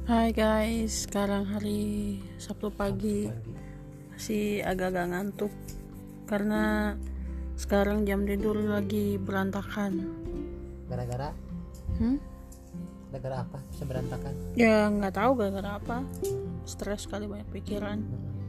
Hai guys, sekarang hari Sabtu pagi. Masih agak-agak ngantuk karena sekarang jam tidur lagi berantakan. Gara-gara apa bisa berantakan? Ya nggak tahu gara-gara apa. Stres kali, banyak pikiran.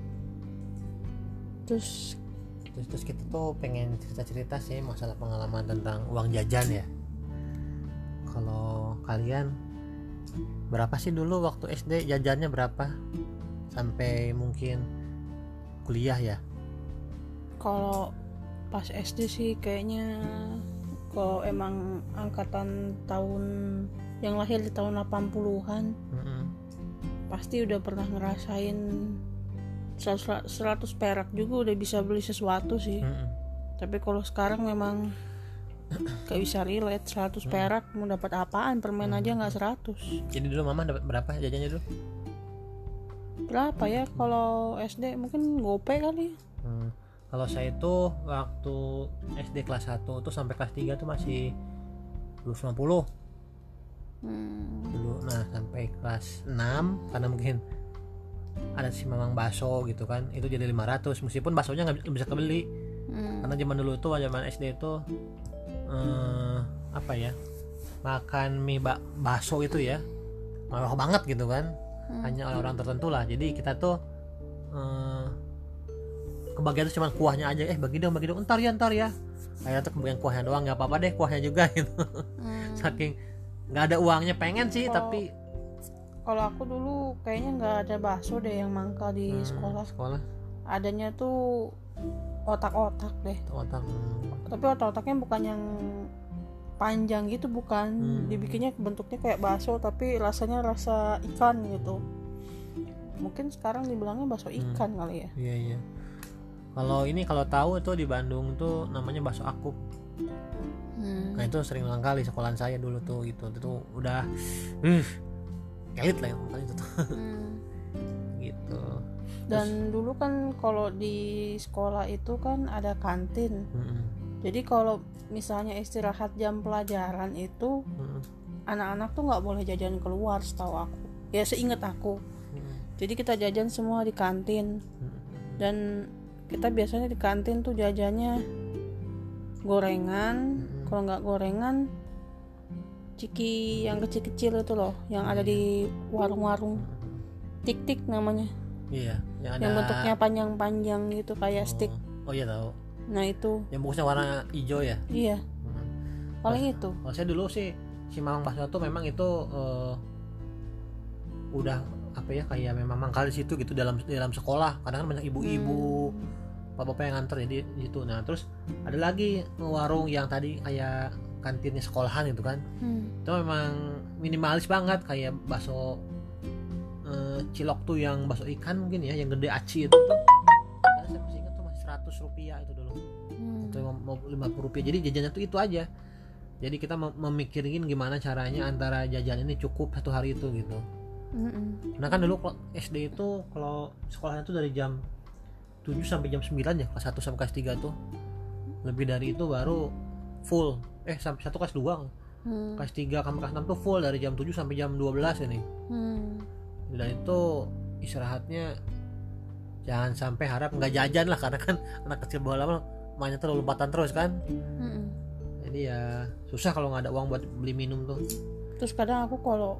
Terus kita tuh pengen cerita-cerita sih masalah pengalaman tentang uang jajan ya. Kalau kalian berapa sih dulu waktu SD jajannya berapa? Sampai mungkin kuliah ya? kalau pas SD sih kayaknya, kalau emang angkatan tahun yang lahir di tahun 80-an pasti udah pernah ngerasain 100 perak juga udah bisa beli sesuatu sih. Tapi kalau sekarang memang gak bisa relate. 100 perak mau dapat apaan, permen aja gak 100. Jadi dulu mama dapat berapa jajannya dulu? Berapa ya kalau SD, mungkin gope kali. Kalau saya itu waktu SD kelas 1 tuh sampai kelas 3 tuh masih 250 dulu. Nah sampai kelas 6 karena mungkin ada si mamang bakso gitu kan, itu jadi 500 meskipun baksonya nggak bisa kebeli. Karena zaman dulu tuh, zaman SD itu apa ya, makan mie bakso itu ya mewah banget gitu kan, hanya orang tertentu lah. Jadi kita tuh kebagian tuh cuma kuahnya aja, bagi dong ntar ya akhirnya tuh kebagian kuahnya doang, nggak apa-apa deh kuahnya juga gitu. Saking nggak ada uangnya pengen sih. Tapi kalau aku dulu kayaknya nggak ada bakso deh yang mangkal di sekolah. Adanya tuh otak-otak deh. Tapi otak-otaknya bukan yang panjang gitu, bukan. Dibikinnya bentuknya kayak bakso tapi rasanya rasa ikan gitu. Mungkin sekarang dibilangnya bakso ikan kali ya. Iya. Kalau tahu itu di Bandung tuh namanya bakso akub. Nah itu sering ulang kali sekolahan saya dulu tuh gitu. Itu udah elit lah yang kali itu tuh. Gitu. Dan dulu kan kalau di sekolah itu kan ada kantin. Jadi kalau misalnya istirahat jam pelajaran itu anak-anak tuh nggak boleh jajan keluar, setahu aku. Ya seingat aku. Jadi kita jajan semua di kantin. Dan kita biasanya di kantin tuh jajannya gorengan. Kalau nggak gorengan, ciki yang kecil-kecil itu loh, yang ada di warung-warung. Tik-tik namanya. Iya, yang bentuknya panjang-panjang gitu kayak stick. Oh iya tahu. Nah itu. Yang bungkusnya warna hijau ya? Iya. Paling itu. Kalau saya dulu sih si mamang bakso tuh memang itu udah apa ya, kayak memang mangkal di situ gitu dalam sekolah. Kadang kan banyak ibu-ibu, bapak-bapak yang nganter jadi gitu. Nah terus ada lagi warung yang tadi kayak kantinnya sekolahan gitu kan. Itu memang minimalis banget, kayak bakso cilok tuh yang bakso ikan mungkin ya, yang gede aci itu tuh. Karena saya masih ingat tuh masih 100 rupiah itu dulu. Atau 50 rupiah. Jadi jajannya tuh itu aja. Jadi kita memikirin gimana caranya antara jajan ini cukup satu hari itu gitu. Nah kan dulu SD itu kalau sekolahnya tuh dari jam 7 sampai jam 9 ya, kelas 1 sampai kelas 3 tuh. Lebih dari itu baru full. Sampai 1 kelas 2. Kelas 3 sampai kelas 6 tuh full dari jam 7 sampai jam 12 ini. Dan itu istirahatnya jangan sampai harap nggak jajan lah, karena kan anak kecil bawah lama mainnya terus lompatan terus kan. Jadi ya susah kalau nggak ada uang buat beli minum tuh. Terus kadang aku kalau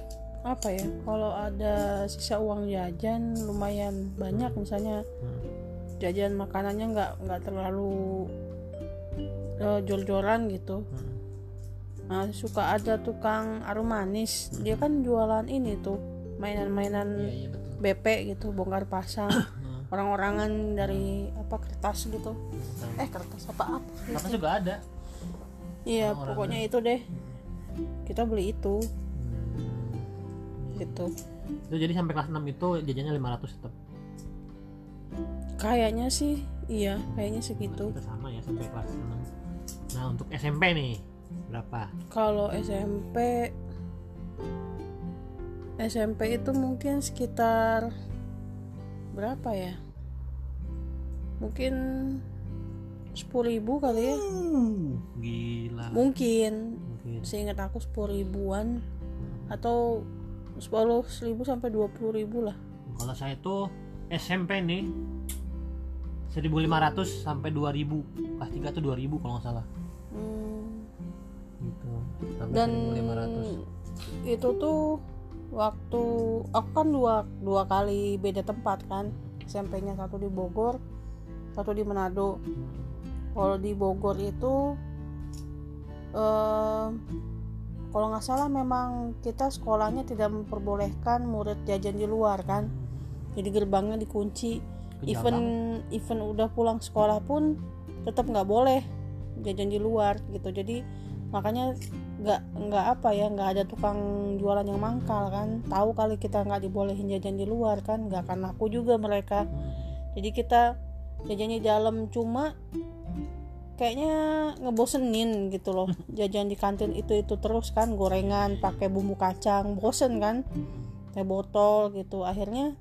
ada sisa uang jajan lumayan banyak, misalnya jajan makanannya nggak terlalu jor-joran gitu. Nah suka ada tukang arum manis, dia kan jualan ini tuh mainan-mainan BP gitu, bongkar pasang. Orang-orangan dari kertas gitu. Kertas apa? Kertas juga ada. Iya, pokoknya itu deh. Kita beli itu. Gitu. Itu jadi sampai kelas 6 itu jajannya 500 tetap. Kayaknya sih, iya, kayaknya segitu. Kita sama ya sampai kelas 6. Nah, untuk SMP nih berapa? Kalau SMP itu mungkin sekitar berapa ya? Mungkin 10.000 kali ya. Gila. Mungkin. Seingat aku 10 ribuan atau 10.000 sampai 20.000 lah. Kalau saya tuh SMP nih 1.500 sampai 2.000, kelas 3 tuh 2.000 kalau nggak salah. Gitu. Sampai Dan 1.500. itu tuh waktu aku kan dua kali beda tempat kan, SMP-nya satu di Bogor, satu di Manado. Kalau di Bogor itu kalau nggak salah memang kita sekolahnya tidak memperbolehkan murid jajan di luar kan, jadi gerbangnya dikunci. Even udah pulang sekolah pun tetap nggak boleh jajan di luar gitu. Jadi makanya nggak ada tukang jualan yang mangkal kan, tahu kali kita nggak dibolehin jajan di luar kan, nggak akan laku juga mereka. Jadi kita jajannya di dalam, cuma kayaknya ngebosenin gitu loh. Jajan di kantin itu terus kan, gorengan pakai bumbu kacang, bosen kan, teh botol gitu. Akhirnya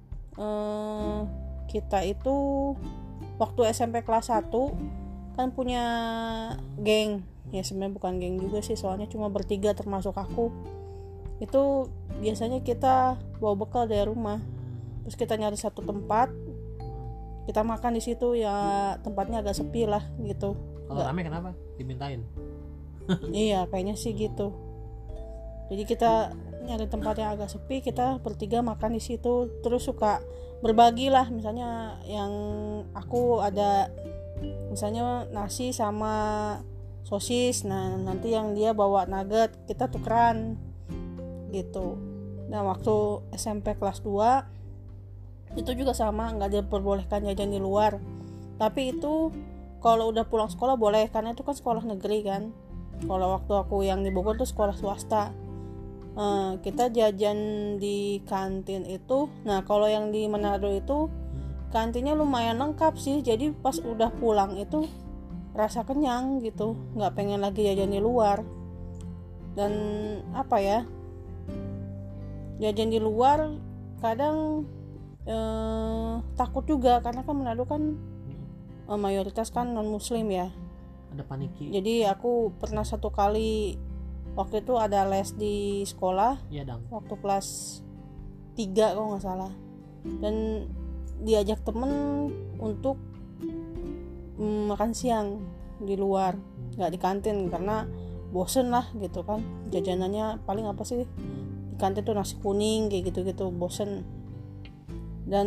kita itu waktu SMP kelas 1 kan punya geng. Ya sebenarnya bukan geng juga sih, soalnya cuma bertiga termasuk aku. Itu biasanya kita bawa bekal dari rumah, terus kita nyari satu tempat, kita makan di situ ya, tempatnya agak sepi lah gitu. Kalau rame kenapa? Dimintain? Iya kayaknya sih gitu. Jadi kita nyari tempat yang agak sepi, kita bertiga makan di situ, terus suka berbagi lah. Misalnya yang aku ada misalnya nasi sama sosis, nah nanti yang dia bawa nugget, kita tukeran gitu. Nah waktu SMP kelas 2 itu juga sama, nggak diperbolehkan jajan di luar. Tapi itu kalau udah pulang sekolah boleh, karena itu kan sekolah negeri kan. Kalau waktu aku yang di Bogor tuh sekolah swasta. Kita jajan di kantin itu. Nah kalau yang di Manado itu kantinnya lumayan lengkap sih. Jadi pas udah pulang itu rasa kenyang gitu, nggak pengen lagi jajan di luar. Dan apa ya, jajan di luar kadang takut juga, karena kan Manado kan mayoritas kan non muslim ya, ada paniki. Jadi aku pernah satu kali waktu itu ada les di sekolah, iya dong, waktu kelas 3 kalau nggak salah, dan diajak temen untuk makan siang di luar, nggak di kantin karena bosen lah gitu kan. Jajanannya paling apa sih di kantin tuh nasi kuning kayak gitu-gitu, bosen. Dan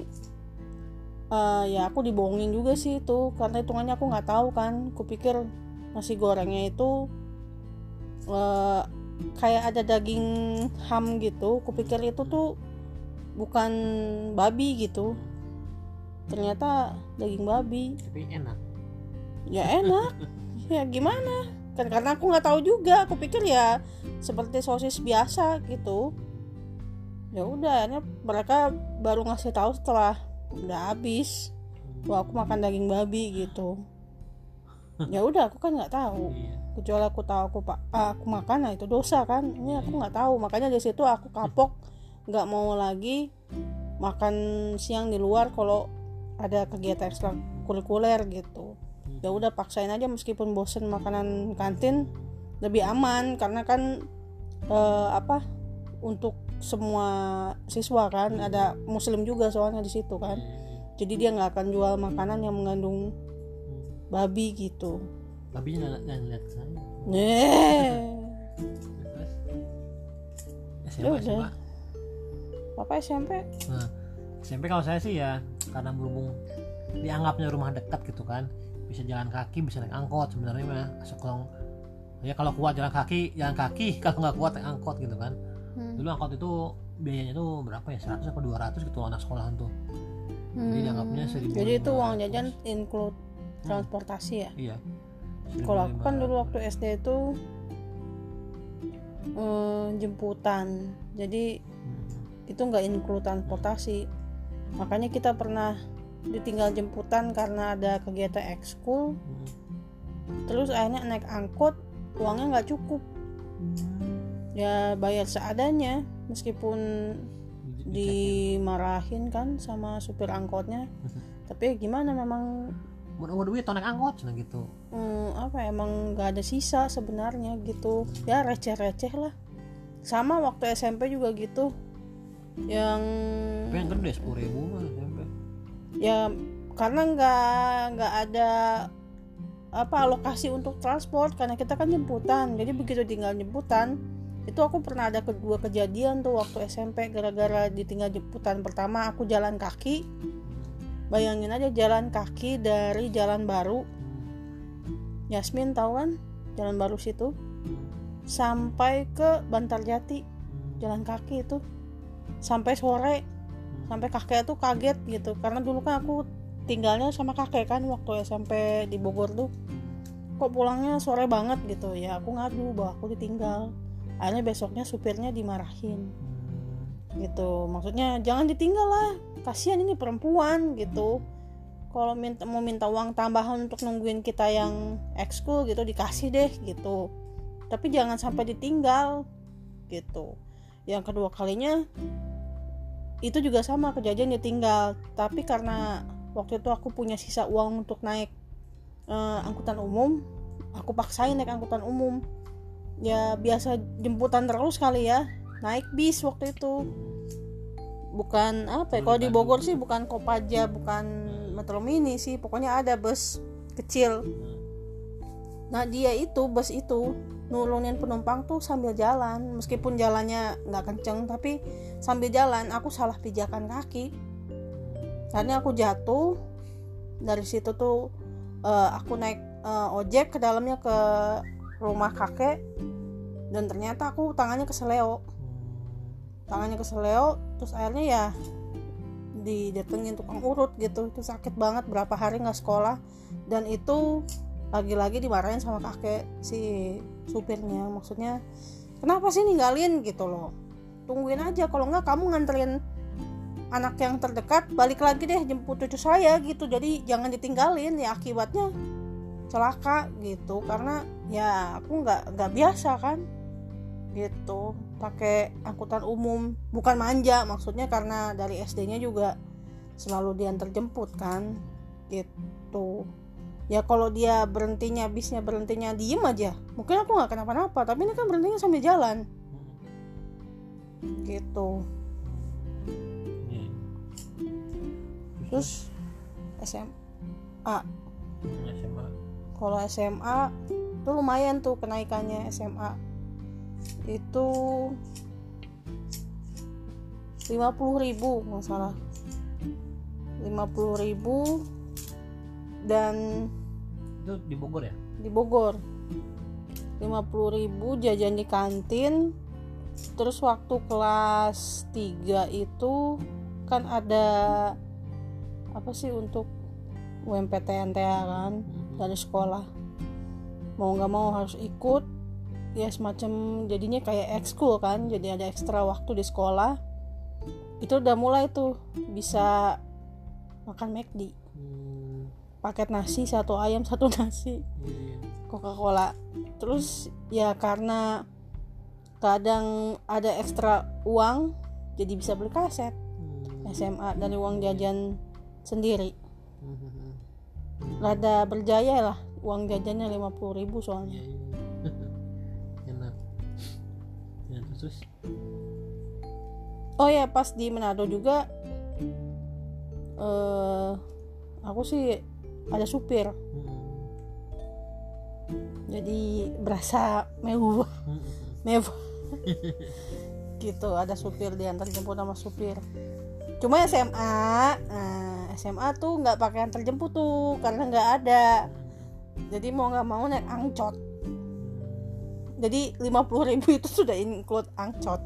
ya aku dibohongin juga sih itu, karena hitungannya aku nggak tahu kan. Kupikir nasi gorengnya itu kayak ada daging ham gitu, kupikir itu tuh bukan babi gitu, ternyata daging babi. Tapi enak. Ya enak. Ya gimana kan, karena aku nggak tahu juga, aku pikir ya seperti sosis biasa gitu. Ya udah, mereka baru ngasih tahu setelah udah habis bahwa aku makan daging babi gitu. Ya udah, aku kan nggak tahu. Kecuali aku tahu aku makan, nah itu dosa kan. Ini aku nggak tahu, makanya di situ aku kapok, nggak mau lagi makan siang di luar kalau ada kegiatan ekstrakurikuler gitu. Ya udah paksain aja, meskipun bosen makanan kantin, lebih aman karena kan untuk semua siswa kan, ada muslim juga soalnya di situ kan. Jadi dia nggak akan jual makanan yang mengandung babi gitu. Babinya nggak lihat saya. SMP. Papa SMP. Nah, SMP kalau saya sih ya, karena berhubung dianggapnya rumah dekat gitu kan, bisa jalan kaki, bisa naik angkot sebenarnya mah. Sekolong ya, kalau kuat jalan kaki, kalau nggak kuat naik angkot gitu kan. Dulu angkot itu biayanya tuh berapa ya, 100 atau 200 gitu anak sekolahan tuh. Jadi dianggapnya 1.000. Jadi itu uang jajan include transportasi ya? Iya. Kalau aku kan dulu waktu SD itu jemputan, jadi itu nggak include transportasi. Makanya kita pernah ditinggal jemputan karena ada kegiatan ekskul. Terus akhirnya naik angkot, uangnya nggak cukup. Ya bayar seadanya, meskipun dimarahin kan sama supir angkotnya. Tapi gimana, memang mau duit naik angkot gitu. Emang nggak ada sisa sebenarnya gitu. Ya receh-receh lah. sama waktu SMP juga gitu. Yang gede 10.000 mah SMP. Ya karena nggak ada alokasi untuk transport, karena kita kan jemputan. Jadi begitu tinggal jemputan, itu aku pernah ada kedua kejadian tuh waktu SMP gara-gara ditinggal jemputan. Pertama aku jalan kaki, bayangin aja jalan kaki dari Jalan Baru, Yasmin tahu kan Jalan Baru situ, sampai ke Bantarjati, jalan kaki itu sampai sore, sampai kakek tuh kaget gitu, karena dulu kan aku tinggalnya sama kakek kan waktu SMP di Bogor tuh, kok pulangnya sore banget gitu ya. Aku ngadu bahwa aku ditinggal, akhirnya besoknya supirnya dimarahin gitu, maksudnya jangan ditinggal lah, kasihan ini perempuan gitu, kalau mau minta uang tambahan untuk nungguin kita yang ekskul gitu dikasih deh gitu, tapi jangan sampai ditinggal gitu. Yang kedua kalinya itu juga sama kejadian ditinggal, tapi karena waktu itu aku punya sisa uang untuk naik angkutan umum, aku paksain naik angkutan umum. Ya biasa jemputan terus kali ya, naik bis waktu itu. Bukan kalau di Bogor sih bukan Kopaja, bukan Metro Mini sih, pokoknya ada bus kecil. Nah dia itu bus itu nurunin penumpang tuh sambil jalan, meskipun jalannya nggak kenceng, tapi sambil jalan. Aku salah pijakan kaki, karena aku jatuh. Dari situ tuh aku naik ojek ke dalamnya ke rumah kakek, dan ternyata aku tangannya keseleo, terus akhirnya ya didatengin tukang urut gitu. Itu sakit banget, berapa hari nggak sekolah, dan itu lagi-lagi dimarahin sama kakek si supirnya. Maksudnya kenapa sih ninggalin gitu loh, tungguin aja, kalau nggak kamu nganterin anak yang terdekat, balik lagi deh jemput cucu saya gitu, jadi jangan ditinggalin. Ya akibatnya celaka gitu, karena ya aku nggak biasa kan gitu pakai angkutan umum. Bukan manja, maksudnya karena dari SD-nya juga selalu diantar jemput kan gitu. Ya kalau dia bisnya berhentinya diem aja, mungkin aku nggak kenapa-napa, tapi ini kan berhentinya sambil jalan gitu. Terus SMA. Kalau SMA tuh lumayan tuh kenaikannya. SMA itu 50.000 nggak salah, 50.000. Dan itu di Bogor ya? Di Bogor 50.000 jajan di kantin. Terus waktu kelas 3 itu kan ada apa sih untuk UMPTN-TA kan dari sekolah, mau nggak mau harus ikut ya, semacam jadinya kayak ekskul kan, jadi ada ekstra waktu di sekolah. Itu udah mulai tuh bisa makan McD, paket nasi, 1 ayam 1 nasi, Coca-Cola. Terus ya karena kadang ada ekstra uang, jadi bisa beli kaset SMA dari uang jajan sendiri. Rada berjaya lah, uang jajannya 50.000 soalnya. Enak. Ya, terus oh ya, pas di Manado juga aku sih ada supir, jadi berasa mewah gitu. Ada supir, diantar jemput sama supir. Cuma SMA tuh nggak pakai antar jemput tuh, karena nggak ada. Jadi mau nggak mau naik angcot. Jadi 50.000 itu sudah include angcot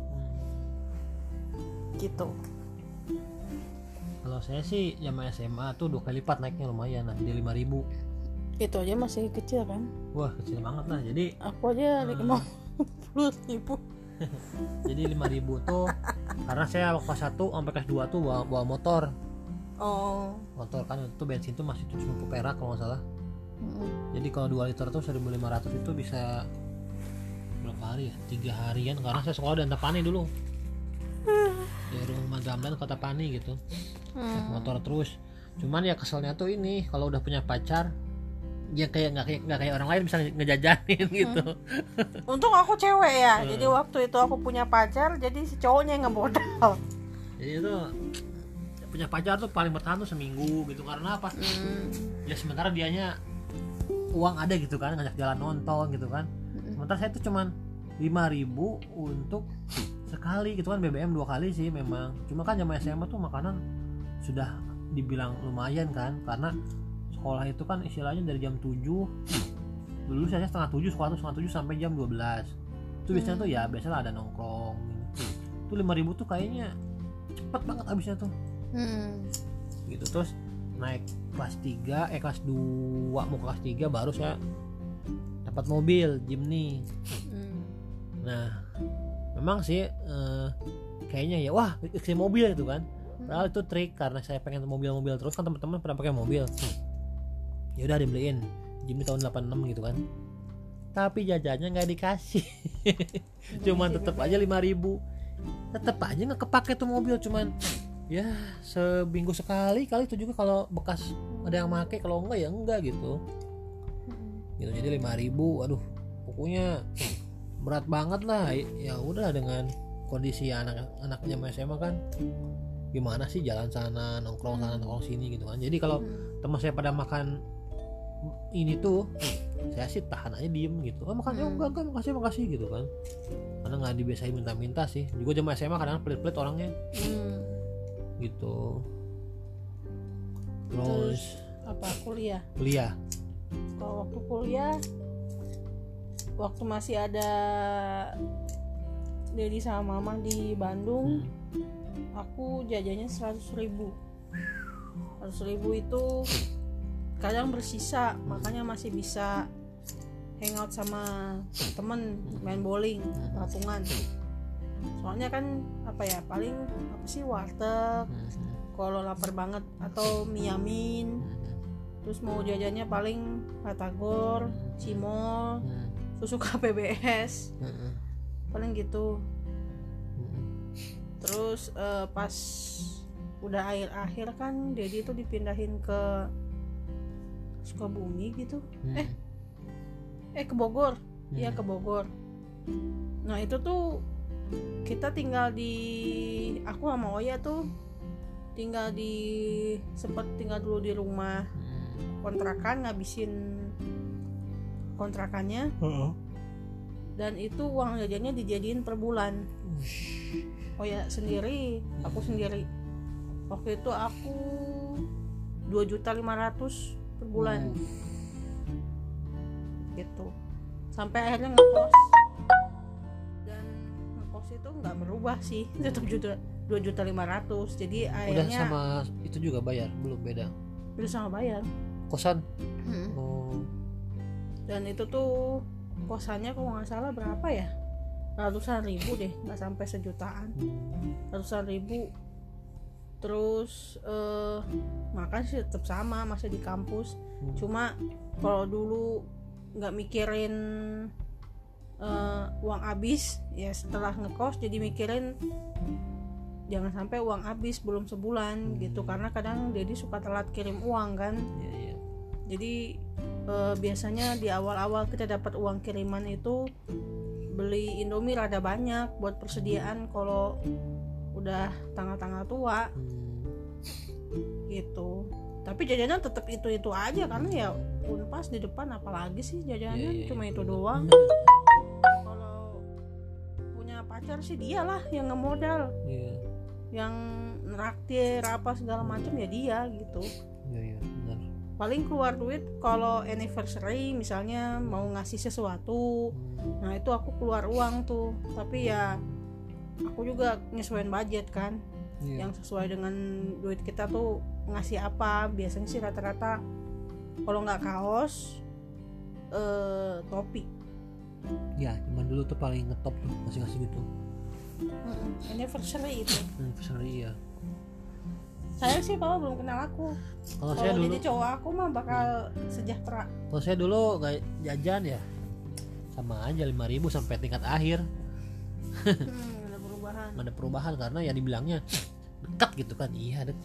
gitu. Kalau saya sih zaman SMA tuh 2 kali lipat naiknya, lumayan lah, jadi 5.000. Itu aja masih kecil kan? Wah kecil banget lah. Jadi aku aja 50.000. Jadi 5.000 tuh karena saya kelas 1 sampai kelas 2 tuh bawa motor. Motor kan itu bensin tuh masih 70 perak kalau nggak salah. Jadi kalau 2 liter tuh 1.500 itu bisa berapa hari ya? 3 harian, karena saya sekolah di Antapani dulu. Dari rumah Gamdan ke Antapani gitu. Motor terus. Cuman ya keselnya tuh ini, kalau udah punya pacar ya kayak nggak kayak orang lain bisa ngejajanin gitu. Untung aku cewek ya, jadi waktu itu aku punya pacar, jadi si cowoknya yang ngemodal. Jadi itu punya pacar tuh paling bertahan tuh seminggu gitu, karena apa? Ya sementara dianya uang ada gitu kan, ngajak jalan nonton gitu kan. Sementara saya tuh cuman 5.000 untuk sekali gitu kan, BBM 2 kali sih memang. Cuma kan zaman SMA tuh makanan sudah dibilang lumayan kan, karena sekolah itu kan istilahnya dari jam 7 dulu saya setengah 7, sekolah tuh setengah 7 sampai jam 12. Itu biasanya tuh ya biasalah ada nongkrong gitu. Itu 5.000 tuh kayaknya cepet banget habisnya tuh. Gitu. Terus naik kelas 3 kelas 2 mau kelas 3 baru saya dapat mobil Jimny. Nah memang sih kayaknya ya wah isi mobil itu kan, padahal itu trik karena saya pengen mobil-mobil terus kan, teman-teman pernah pakai mobil. Ya udah dibeliin Jimny tahun 86 gitu kan, tapi jajannya nggak dikasih. Cuman tetap aja 5.000, tetap aja nggak kepake tuh mobil. Cuman ya seminggu sekali kali itu juga kalau bekas ada yang make, kalau enggak ya enggak gitu. Jadi 5.000 aduh pokoknya berat banget lah. Ya udah dengan kondisi anak-anaknya SMA kan, gimana sih jalan sana nongkrong sana nongkrong sini gitu kan. Jadi kalau teman saya pada makan ini tuh saya sih tahan aja diem gitu. Makan ya enggak makasih gitu kan, karena nggak dibiasain minta-minta sih. Juga zaman SMA kadang pelit-pelit orangnya gitu. Terus apa kuliah? Kalau waktu kuliah, waktu masih ada Dedi sama Mama di Bandung, aku jajannya 100.000. 100.000 itu kadang bersisa, makanya masih bisa hangout sama temen, main bowling, patungan. Soalnya kan apa ya, paling apa sih warteg kalau lapar banget, atau miamin. Terus mau jajannya paling batagor, cimol, susu KPBS, paling gitu. Terus pas udah akhir-akhir kan Dedi tuh dipindahin ke Sukabumi gitu, ke Bogor, iya ke Bogor. Nah itu tuh kita tinggal di, aku sama Oya tuh sempet tinggal dulu di rumah kontrakan, ngabisin kontrakannya, dan itu uang jajannya dijadiin per bulan. Oya sendiri, aku sendiri. Waktu itu aku 2.500.000 per bulan gitu, sampai akhirnya ngekos. Dan ngekos itu nggak berubah sih, tetap 2.500.000. Jadi akhirnya udah sama itu juga bayar, belum beda? Udah sama bayar kosan. Dan itu tuh kosannya kalau nggak salah berapa ya, ratusan ribu deh, nggak sampai sejutaan, ratusan ribu. Terus makan sih tetap sama, masih di kampus. Cuma kalau dulu nggak mikirin uang habis, ya setelah ngekos jadi mikirin jangan sampai uang habis belum sebulan gitu, karena kadang Dedi suka telat kirim uang kan. Jadi biasanya di awal-awal kita dapat uang kiriman itu beli Indomie rada banyak buat persediaan kalau udah tanggal-tanggal tua gitu. Tapi jajanan tetap itu aja, karena ya Unpas di depan apalagi sih jajanan, cuma itu doang. Kalau punya pacar sih dialah yang ngemodal, yang neraktir apa segala macam ya dia gitu. Benar. Paling keluar duit kalau anniversary misalnya mau ngasih sesuatu, nah itu aku keluar uang tuh. Tapi ya aku juga nyesuaiin budget kan, yang sesuai dengan duit kita tuh ngasih apa. Biasanya sih rata-rata kalau nggak kaos, topi. Ya zaman dulu tuh paling ngetop tuh ngasih gitu. Anniversary itu. Anniversary ya. Saya sih Papa belum kenal aku. Kalau saya dulu jadi cowok aku mah bakal sejahtera. Kalau saya dulu gak jajan ya sama aja 5.000 sampai tingkat akhir. Ada perubahan. Ada perubahan karena ya dibilangnya dekat gitu kan. Iya dekat.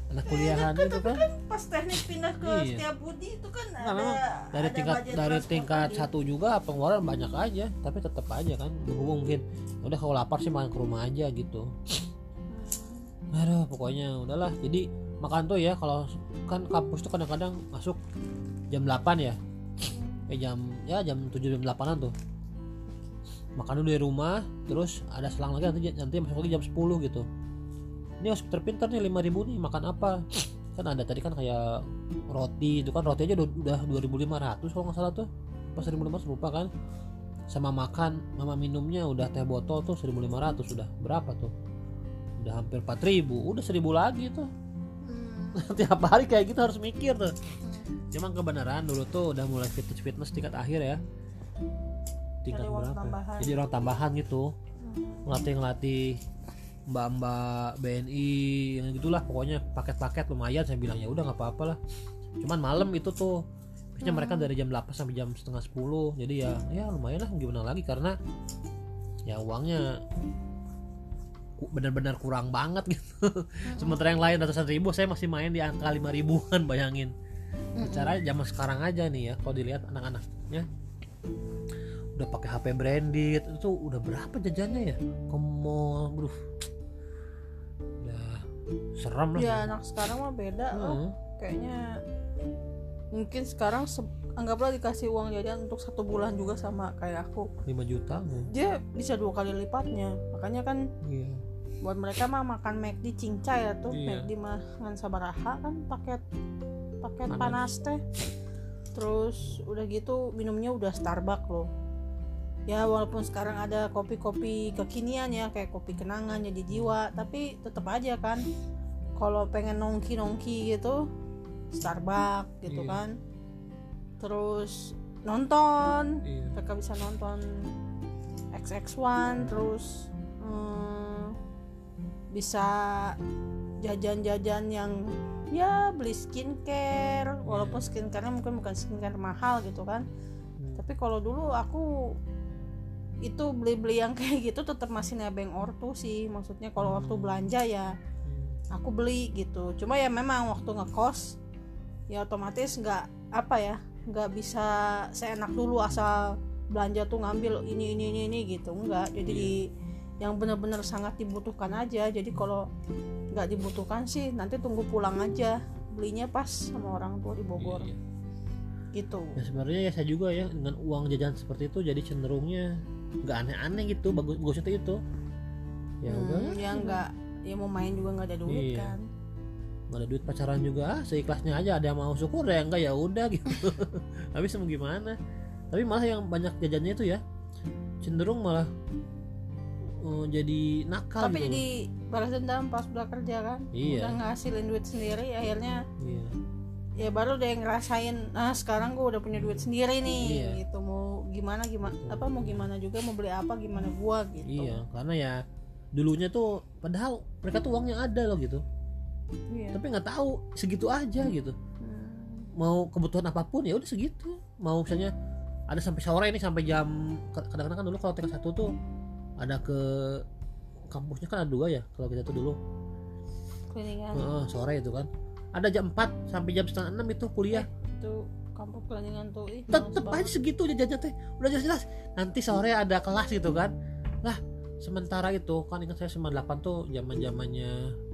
anak kuliahan itu kan. Pas teknik pindah ke Setiabudi itu kan dari tingkat satu juga pengeluaran banyak aja, tapi tetap aja kan mungkin udah kalau lapar sih makan ke rumah aja gitu. Aduh pokoknya udahlah. Jadi makan tuh ya kalau kan kampus tuh kadang-kadang masuk jam 8 ya. Jam 7 jam 8-an tuh. Makan dulu di rumah, terus ada selang lagi nanti masuk lagi jam 10 gitu. Ini harus terpintar nih 5.000 nih makan apa. Kan ada tadi kan kayak roti, itu kan roti aja udah 2.500 kalau nggak salah tuh. Pas 1.500 lupa kan. Sama makan, sama minumnya udah teh botol tuh 1.500 sudah. Berapa tuh? Udah hampir 4.000, udah 1.000 lagi tuh. Tiap hari kayak gitu harus mikir tuh. Cuman kebenaran dulu tuh udah mulai fitness tingkat akhir ya. Tingkat berapa? Jadi orang tambahan gitu. Ngelatih mbak-mbak BNI yang gitulah, pokoknya paket-paket lumayan. Saya bilang ya udah nggak apa-apa lah. Cuman malam itu tuh biasanya mereka dari jam 8 sampai jam setengah 10. Jadi ya lumayan lah, gimana lagi, karena ya uangnya benar-benar kurang banget gitu. Sementara yang lain ratusan ribu, saya masih main di angka 5.000-an, bayangin. Bicara zaman sekarang aja nih ya, kalau dilihat anak-anaknya udah pakai HP branded, itu udah berapa jajannya ya? Ke mall, udah serem lah. Ya anak sekarang mah beda loh. Kayaknya mungkin sekarang anggaplah dikasih uang jajan untuk 1 bulan juga sama kayak aku 5 juta dia bisa 2 kali lipatnya. Makanya kan buat mereka mah makan McD cincai ya tuh. McD mah ngan sabaraha kan paket panas teh. Terus udah gitu minumnya udah Starbucks loh. Ya walaupun sekarang ada kopi-kopi kekinian ya, kayak kopi kenangan jadi jiwa, tapi tetap aja kan kalau pengen nongki gitu Starbucks gitu kan. Terus nonton, mereka bisa nonton XX1, terus bisa jajan-jajan yang ya beli skincare, walaupun skincare-nya mungkin bukan skincare mahal gitu kan. Tapi kalau dulu aku itu beli-beli yang kayak gitu tetap masih nebeng ortu sih. Maksudnya kalau ortu belanja ya aku beli gitu. Cuma ya memang waktu ngekos ya otomatis nggak bisa seenak dulu asal belanja tuh ngambil ini gitu, enggak. Jadi yang benar-benar sangat dibutuhkan aja. Jadi kalau nggak dibutuhkan sih nanti tunggu pulang aja, belinya pas sama orang tua di Bogor. Gitu. Ya sebenarnya ya saya juga ya dengan uang jajan seperti itu jadi cenderungnya nggak aneh-aneh gitu, bagusnya itu ya udah ya nggak, ya mau main juga nggak ada duit kan, nggak ada duit, pacaran juga seikhlasnya aja, ada yang mau syukur ya enggak ya udah gitu. Tapi mau gimana, tapi malah yang banyak jajannya itu ya cenderung malah jadi nakal tapi gitu. Jadi balas dendam pas udah kerja kan, udah ngasilin duit sendiri akhirnya ya baru deh ngerasain, sekarang gue udah punya duit sendiri nih gitu, mau gimana mau gimana juga, mau beli apa gimana gue gitu. Karena ya dulunya tuh padahal mereka tuh uangnya ada loh gitu, tapi nggak tahu segitu aja gitu. Mau kebutuhan apapun ya udah segitu, mau misalnya ada sampai sore ini, sampai jam, kadang-kadang kan dulu kalau tingkat 1 tuh ada ke kampusnya kan ada 2 ya kalau kita tuh dulu Kuningan. Sore itu kan ada jam 4 sampai jam setengah 6 itu kuliah. Itu kampus Kuningan tuh tetep aja segitu jajan teh, udah jelas nanti sore ada kelas gitu kan. Lah sementara itu kan ingat saya 98 tuh zaman-zamannya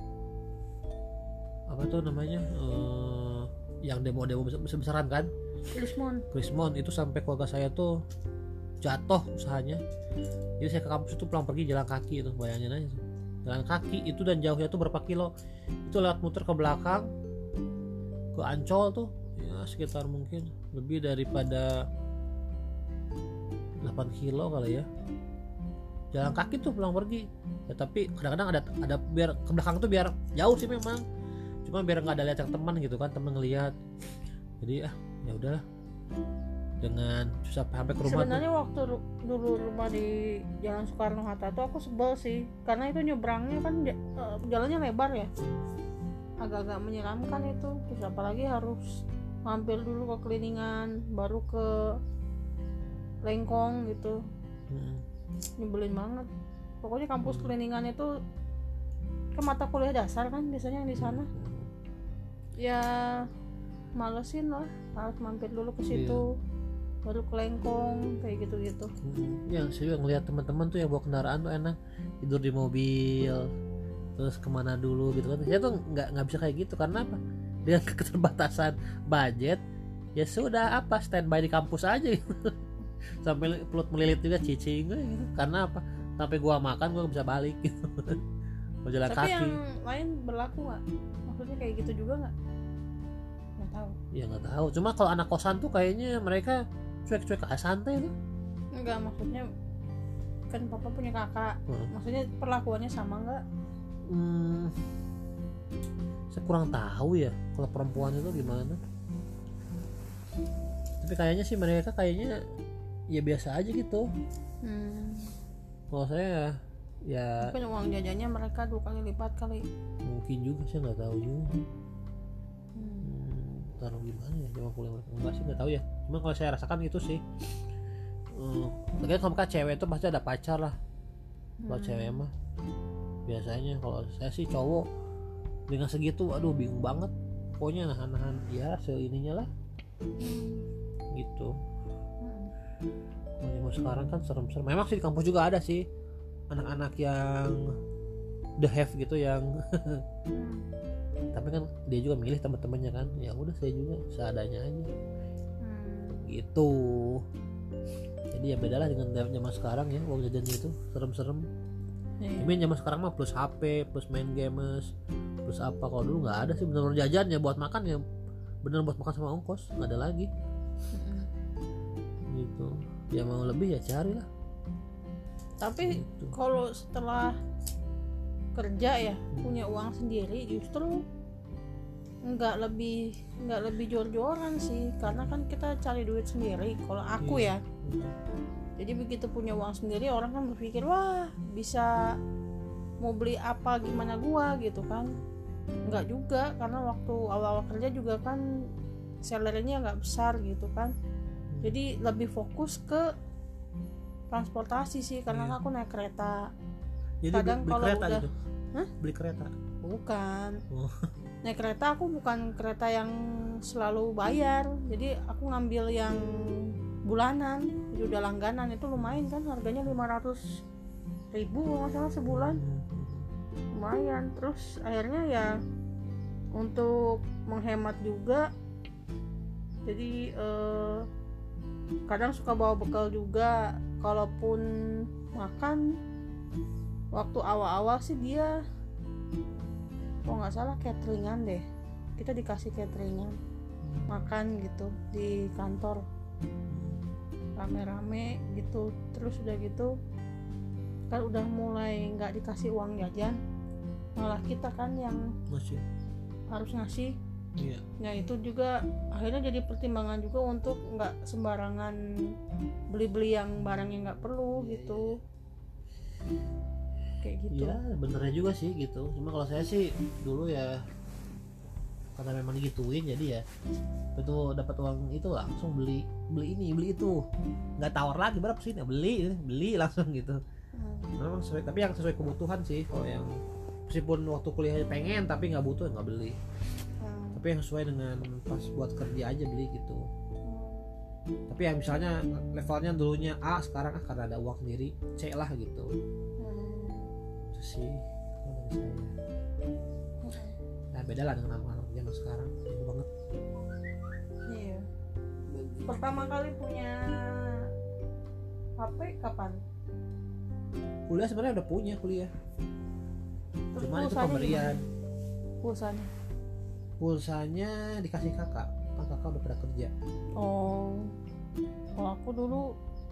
apa tuh namanya yang demo-demo besar-besaran kan, Krismon itu sampai keluarga saya tuh jatuh usahanya. Jadi saya ke kampus itu pulang pergi jalan kaki itu, bayangin aja tuh. Jalan kaki itu dan jauhnya tuh berapa kilo, itu lewat muter ke belakang ke Ancol tuh ya sekitar mungkin lebih daripada 8 kilo kali ya, jalan kaki tuh pulang pergi ya. Tapi kadang-kadang ada biar ke belakang tuh biar jauh sih memang, cuma biar nggak ada lihat yang teman gitu kan, teman ngelihat. Jadi ya udahlah, dengan susah sampai ke rumah. Sebenarnya waktu dulu rumah di Jalan Soekarno Hatta tuh aku sebel sih, karena itu nyebrangnya kan jalannya lebar ya, agak-agak menyeramkan itu. Terus apalagi harus mampir dulu ke Kuningan baru ke Lengkong gitu. Nyebelin banget. Pokoknya kampus Kuningan itu ke mata kuliah dasar kan biasanya yang di sana. ya malesin lah, harus mampir dulu ke situ, baru ke Lengkong kayak gitu-gitu. Yang saya juga ngeliat teman-teman tuh yang bawa kendaraan tuh enak, tidur di mobil terus kemana dulu gitu kan. Saya tuh nggak bisa kayak gitu karena apa, dengan keterbatasan budget ya sudah apa standby di kampus aja gitu. Sampai pelut melilit juga cicing gue gitu. Karena apa, sampai gua makan gua bisa balik gitu. Mau jalan Tapi kaki. yang lain berlaku nggak? Maksudnya kayak gitu juga nggak? Nggak tahu. Ya nggak tahu. Cuma kalau anak kosan tuh kayaknya mereka cuek-cuek santai tuh. Enggak, maksudnya kan papa punya kakak. Maksudnya perlakuannya sama nggak? Saya kurang tahu ya kalau perempuan itu gimana. Tapi kayaknya sih mereka kayaknya ya biasa aja gitu. Kalau saya ya mungkin uang jajannya mereka 2 kali lipat kali. Mungkin juga, saya nggak tahu juga. Taruh gimana ya zaman kuliah mereka, enggak sih, nggak tahu ya. Cuma kalau saya rasakan itu sih. Lagian kalau mereka cewek itu pasti ada pacar lah. Kalau cewek mah biasanya, kalau saya sih cowok dengan segitu, aduh bingung banget. Pokoknya nahan-nahan ya seininya lah. Gitu. Zaman sekarang kan serem-serem. Memang sih di kampus juga ada sih anak-anak yang the have gitu yang tapi kan dia juga milih teman-temannya kan. Ya udah, saya juga seadanya aja. Gitu. Jadi ya bedalah dengan zaman sekarang ya, uang jajannya itu serem-serem. Ini zaman sekarang mah plus HP, plus main games, plus apa. Kalau dulu nggak ada sih bener-bener jajannya buat makan ya, bener buat makan sama ongkos, nggak ada lagi. Gitu. Ya mau lebih ya cari lah. Tapi gitu. Kalau setelah kerja ya punya uang sendiri, justru nggak lebih jor-joran sih, karena kan kita cari duit sendiri. Kalau aku ya, jadi begitu punya uang sendiri, orang kan berpikir wah bisa mau beli apa gimana gua gitu kan. Nggak juga, karena waktu awal-awal kerja juga kan salary-nya nggak besar gitu kan. Jadi lebih fokus ke transportasi sih, karena aku naik kereta. Jadi kadang beli kalau kereta udah gitu. Beli kereta bukan naik kereta, aku bukan kereta yang selalu bayar, jadi aku ngambil yang bulanan. Jadi udah langganan, itu lumayan kan, harganya 500.000 nggak salah sebulan, lumayan. Terus akhirnya ya untuk menghemat juga, jadi kadang suka bawa bekal juga. Kalaupun makan, waktu awal-awal sih dia kalau nggak salah cateringan deh, kita dikasih cateringan makan gitu di kantor rame-rame gitu. Terus udah gitu kan udah mulai nggak dikasih uang jajan, malah kita kan yang harus ngasih. Nah itu juga akhirnya jadi pertimbangan juga untuk nggak sembarangan beli-beli yang barang yang nggak perlu gitu. Kayak gitu. Ya benernya juga sih gitu. Cuma kalau saya sih dulu ya karena memang digituin, jadi ya betul dapat uang itu langsung beli ini beli itu, nggak tawar lagi berapa sih, beli langsung gitu. Memang sesuai, tapi yang sesuai kebutuhan sih. Kalau yang meskipun waktu kuliah pengen tapi nggak butuh nggak beli. Tapi yang sesuai dengan pas buat kerja aja beli gitu. Tapi yang misalnya levelnya dulunya A, sekarang karena ada uang sendiri C lah gitu. Sih kalau dari saya. Nah beda lah dengan anak-anak zaman sekarang, beda banget. Iya. Pertama kali punya HP kapan? Kuliah sebenarnya udah punya kuliah. Terus cuma itu pemberian. Pulsanya dikasih kakak, kan kakak udah pada kerja. Kalau aku dulu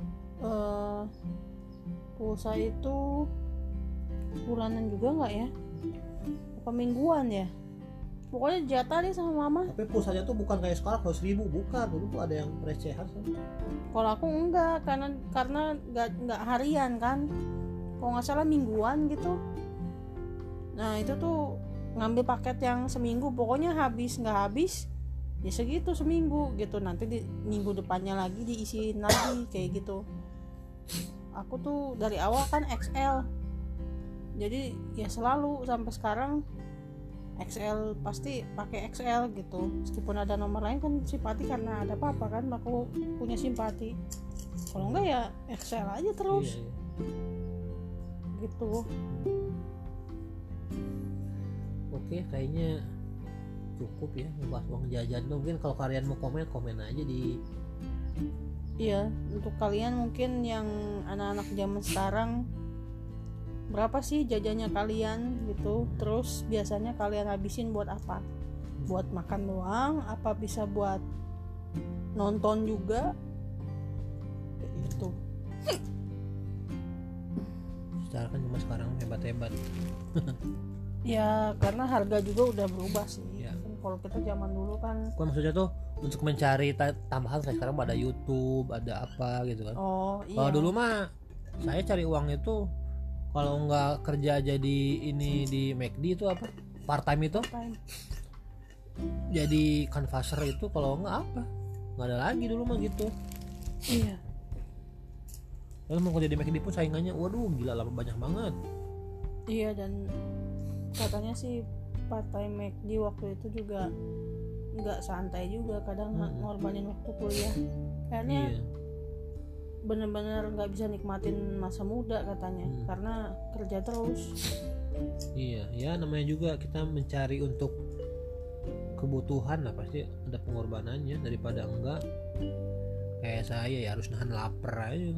pulsa itu bulanan juga nggak ya, apa mingguan ya, pokoknya jatah deh sama mama. Tapi pulsanya tuh bukan kayak sekarang kalau 1.000, bukan. Dulu tuh ada yang recehan kan. Kalau aku enggak, karena nggak harian kan, kalau nggak salah mingguan gitu. Nah itu tuh ngambil paket yang seminggu, pokoknya nggak habis ya segitu seminggu gitu, nanti di minggu depannya lagi diisiin lagi kayak gitu. Aku tuh dari awal kan XL, jadi ya selalu sampai sekarang XL pasti pakai XL gitu, meskipun ada nomor lain kan simpati karena ada papa kan aku punya simpati, kalau enggak ya XL aja terus. Gitu. Oke, kayaknya cukup ya ngebahas uang jajan. Mungkin kalau kalian mau komen aja di. Iya, untuk kalian mungkin yang anak-anak zaman sekarang, berapa sih jajannya kalian gitu, terus biasanya kalian habisin buat apa? Buat makan doang, apa bisa buat nonton juga gitu. Secara kan cuma sekarang hebat-hebat. Ya karena harga juga udah berubah sih ya. Kalau kita zaman dulu kan maksudnya tuh untuk mencari tambahan, kayak sekarang ada YouTube, ada apa gitu kan. Iya. Kalau dulu mah saya cari uang itu kalau nggak kerja jadi ini di McD itu apa part time itu jadi canvasser itu, kalau nggak apa nggak ada lagi dulu mah gitu. Iya. Lalu mau kerja di McD pun saingannya waduh gila lama banyak banget. Iya, dan katanya sih part time McD waktu itu juga nggak santai juga, kadang ngorbanin waktu kuliah kayaknya. Bener-bener nggak bisa nikmatin masa muda katanya karena kerja terus. Iya, ya namanya juga kita mencari untuk kebutuhan lah, pasti ada pengorbanannya, daripada enggak kayak saya ya harus nahan lapar aja.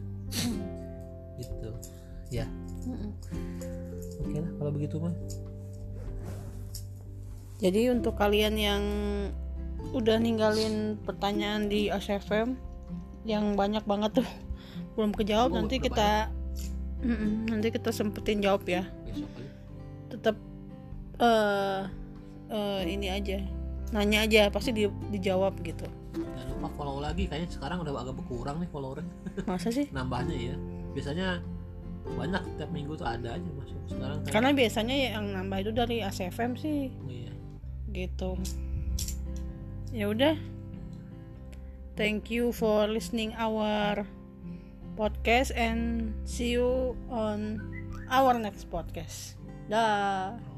Gitu ya. Oke lah kalau begitu mah. Jadi untuk kalian yang udah ninggalin pertanyaan di ASFM yang banyak banget tuh belum kejawab, nanti kita sempetin jawab ya. Tetap ini aja, nanya aja pasti dijawab gitu. Jangan lupa follow lagi, kayaknya sekarang udah agak berkurang nih followernya. Masa sih? Nambahnya ya, biasanya banyak tiap minggu tuh ada aja masuk. Sekarang karena biasanya yang nambah itu dari ASFM sih. Iya. Gitu. Ya udah. Thank you for listening our podcast and see you on our next podcast. Dah.